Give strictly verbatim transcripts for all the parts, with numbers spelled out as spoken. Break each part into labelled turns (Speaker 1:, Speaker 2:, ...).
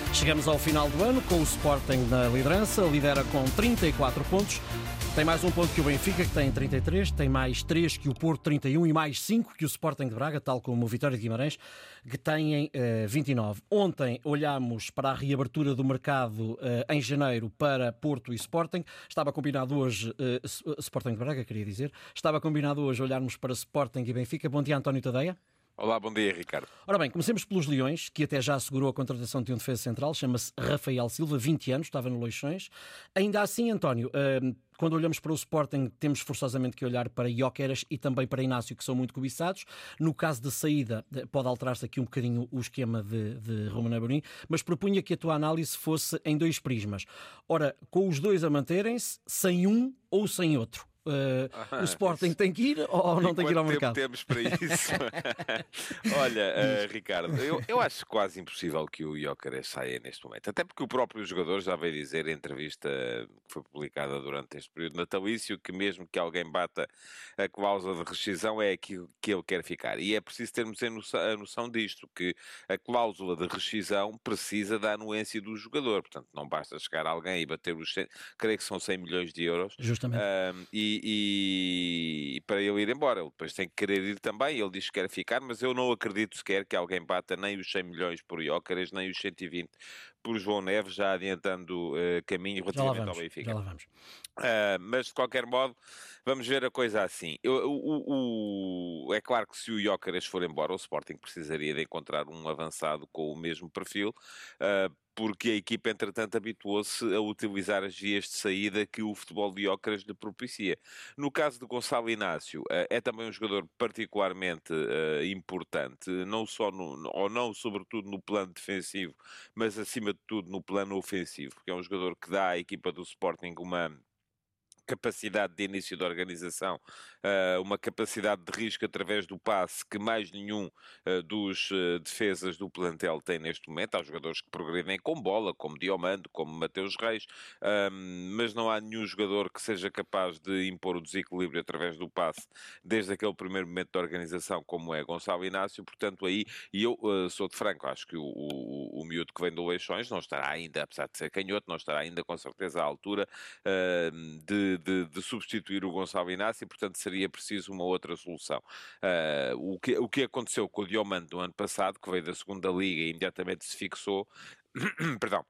Speaker 1: Chegamos ao final do ano com o Sporting na liderança, lidera com trinta e quatro pontos. Tem mais um ponto que o Benfica, que tem trinta e três, tem mais três que o Porto, trinta e um, e mais cinco que o Sporting de Braga, tal como o Vitória de Guimarães, que têm uh, vinte e nove. Ontem olhámos para a reabertura do mercado uh, em janeiro para Porto e Sporting. Estava combinado hoje, uh, Sporting de Braga, queria dizer, estava combinado hoje olharmos para Sporting e Benfica. Bom dia, António Tadeia.
Speaker 2: Olá, bom dia, Ricardo.
Speaker 1: Ora bem, comecemos pelos Leões, que até já assegurou a contratação de um defesa central, chama-se Rafael Silva, vinte anos, estava no Leixões. Ainda assim, António, quando olhamos para o Sporting, temos forçosamente que olhar para Gyökeres e também para Inácio, que são muito cobiçados. No caso de saída, pode alterar-se aqui um bocadinho o esquema de, de Ruben Amorim, mas propunha que a tua análise fosse em dois prismas. Ora, com os dois a manterem-se, sem um ou sem outro. Uh, ah, o Sporting isso. tem que ir ou não tem que ir ao mercado?
Speaker 2: Temos para isso. Olha, uh, Ricardo, eu, eu acho quase impossível que o Gyökeres saia neste momento, até porque o próprio jogador já veio dizer em entrevista que foi publicada durante este período natalício que mesmo que alguém bata a cláusula de rescisão é aquilo que ele quer ficar, e é preciso termos a noção, a noção disto, que a cláusula de rescisão precisa da anuência do jogador, portanto não basta chegar alguém e bater os cem, creio que são cem milhões de euros.
Speaker 1: Justamente.
Speaker 2: Uh, e E, e para ele ir embora, ele depois tem que querer ir também. Ele diz que quer ficar, mas eu não acredito sequer que alguém bata nem os cem milhões por Gyökeres, nem os cento e vinte por João Neves, já adiantando uh, caminho relativamente ao Benfica.
Speaker 1: Já lá vamos.
Speaker 2: Uh, mas de qualquer modo, vamos ver a coisa assim. Eu, o, o, é claro que se o Gyökeres for embora, o Sporting precisaria de encontrar um avançado com o mesmo perfil, uh, porque a equipa, entretanto, habituou-se a utilizar as vias de saída que o futebol de Gyökeres lhe propicia. No caso de Gonçalo Inácio, é também um jogador particularmente uh, importante, não só, no, ou não sobretudo no plano defensivo, mas acima de tudo no plano ofensivo, porque é um jogador que dá à equipa do Sporting uma capacidade de início de organização, uh, uma capacidade de risco através do passe que mais nenhum uh, dos uh, defesas do plantel tem neste momento. Há jogadores que progredem com bola, como Diomando, como Mateus Reis, um, mas não há nenhum jogador que seja capaz de impor o desequilíbrio através do passe desde aquele primeiro momento de organização, como é Gonçalo Inácio. Portanto, aí, e eu uh, sou de franco, acho que o, o, o miúdo que vem do Leixões não estará ainda, apesar de ser canhoto, não estará ainda com certeza à altura uh, de De, de substituir o Gonçalo Inácio, e portanto seria preciso uma outra solução. Uh, o, que, o que aconteceu com o Diomando no ano passado, que veio da segunda Liga e imediatamente se fixou, perdão,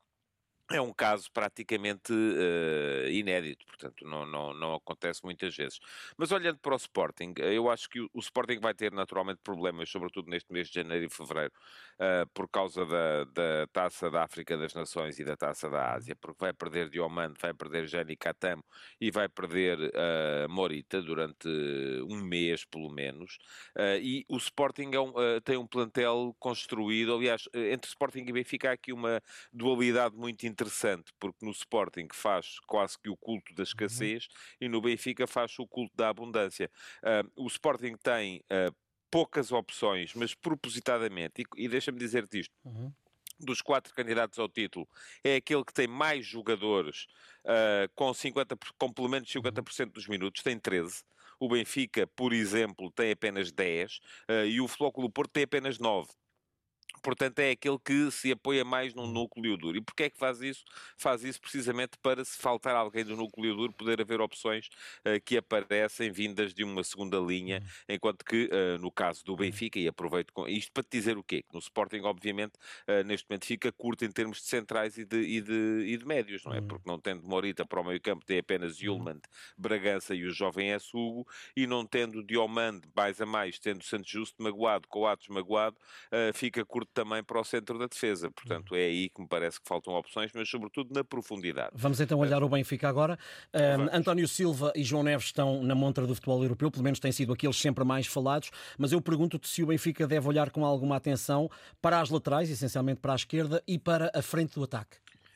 Speaker 2: é um caso praticamente uh, inédito, portanto não, não, não acontece muitas vezes. Mas olhando para o Sporting, eu acho que o, o Sporting vai ter naturalmente problemas, sobretudo neste mês de janeiro e fevereiro, uh, por causa da, da Taça da África das Nações e da Taça da Ásia, porque vai perder Diomande, vai perder Jani Catamo e vai perder uh, Morita durante um mês, pelo menos. Uh, e o Sporting é um, uh, tem um plantel construído, aliás, entre Sporting e Benfica há aqui uma dualidade muito interessante. Interessante, porque no Sporting faz quase que o culto da escassez uhum. e no Benfica faz o culto da abundância. Uh, o Sporting tem uh, poucas opções, mas propositadamente, e, e deixa-me dizer-te isto, uhum. dos quatro candidatos ao título, é aquele que tem mais jogadores uh, com, cinquenta, com pelo menos cinquenta por cento dos minutos, tem treze. O Benfica, por exemplo, tem apenas dez uh, e o Flóculo Porto tem apenas nove. Portanto, é aquele que se apoia mais num núcleo duro. E porquê é que faz isso? Faz isso precisamente para, se faltar alguém do núcleo duro, poder haver opções uh, que aparecem vindas de uma segunda linha, enquanto que, uh, no caso do Benfica, e aproveito com isto para te dizer o quê? Que no Sporting, obviamente, uh, neste momento fica curto em termos de centrais e de, e de, e de médios, não é? Porque não tendo Morita para o meio campo, tem apenas Yulman, Bragança e o jovem Hugo, e não tendo Diomande, mais a mais, tendo Santos Justo magoado, Coates magoado, uh, fica curto também para o centro da defesa. Portanto, é aí que me parece que faltam opções, mas sobretudo na profundidade.
Speaker 1: Vamos então olhar o Benfica agora. Um, António Silva e João Neves estão na montra do futebol europeu, pelo menos têm sido aqueles sempre mais falados, mas eu pergunto-te se o Benfica deve olhar com alguma atenção para as laterais, essencialmente para a esquerda, e para a frente do ataque.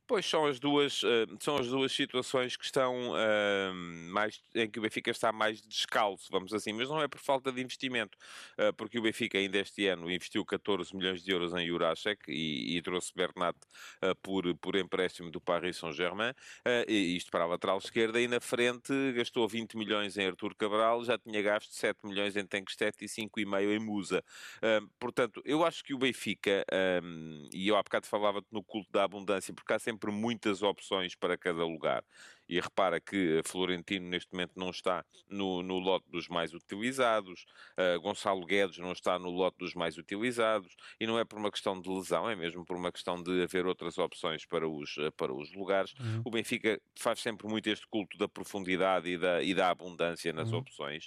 Speaker 2: Pois são as duas, eh, são as duas situações que estão ah, mais, em que o Benfica está mais descalço, vamos assim, mas não é por falta de investimento, ah, porque o Benfica ainda este ano investiu catorze milhões de euros em Jurasek e, e trouxe Bernat ah, por, por empréstimo do Paris Saint-Germain, ah, e isto para a lateral esquerda, e na frente gastou vinte milhões em Artur Cabral, já tinha gasto sete milhões em Tankstedt e cinco e meio em Musa. Ah, portanto, eu acho que o Benfica, ah, e eu há bocado falava-te no culto da abundância, porque há sempre muitas opções para cada lugar. E repara que Florentino neste momento não está no, no lote dos mais utilizados, uh, Gonçalo Guedes não está no lote dos mais utilizados, e não é por uma questão de lesão, é mesmo por uma questão de haver outras opções para os, para os lugares.
Speaker 1: Uhum.
Speaker 2: O Benfica faz sempre muito este culto da profundidade e da, e da abundância nas
Speaker 1: Uhum.
Speaker 2: opções,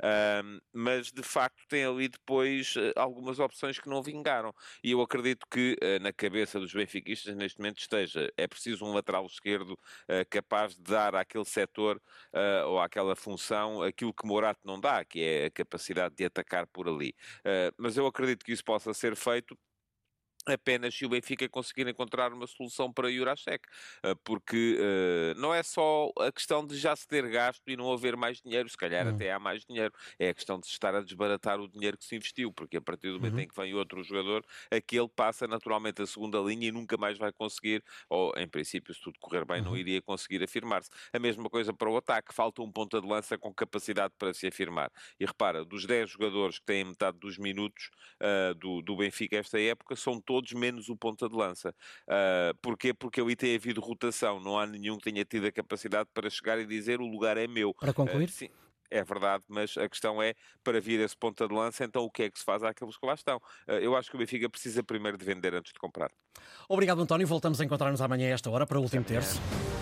Speaker 2: uh, mas de facto tem ali depois uh, algumas opções que não vingaram. E eu acredito que uh, na cabeça dos benfiquistas neste momento esteja, é preciso um lateral esquerdo uh, capaz de dar àquele setor uh, ou àquela função aquilo que Morato não dá, que é a capacidade de atacar por ali. Uh, mas eu acredito que isso possa ser feito apenas se o Benfica conseguir encontrar uma solução para Jurasek, porque uh, não é só a questão de já se ter gasto e não haver mais dinheiro, se calhar
Speaker 1: Uhum.
Speaker 2: até há mais dinheiro, é a questão de se estar a desbaratar o dinheiro que se investiu, porque a partir do momento
Speaker 1: Uhum.
Speaker 2: em que vem outro jogador, aquele passa naturalmente a segunda linha e nunca mais vai conseguir, ou em princípio, se tudo correr bem, não
Speaker 1: Uhum.
Speaker 2: iria conseguir afirmar-se. A mesma coisa para o ataque, falta um ponta de lança com capacidade para se afirmar. E repara, dos dez jogadores que têm metade dos minutos uh, do, do Benfica esta época, são todos menos o ponta de lança. Uh, porquê? Porque ali tem havido rotação. Não há nenhum que tenha tido a capacidade para chegar e dizer o lugar é meu.
Speaker 1: Para
Speaker 2: Uh,
Speaker 1: concluir?
Speaker 2: sim. É verdade, mas a questão é, para vir esse ponta de lança, então o que é que se faz àqueles que lá estão? Uh, eu acho que o Benfica precisa primeiro de vender antes de comprar.
Speaker 1: Obrigado, António. Voltamos a encontrar-nos amanhã a esta hora para o
Speaker 2: Até
Speaker 1: último
Speaker 2: amanhã.
Speaker 1: terço.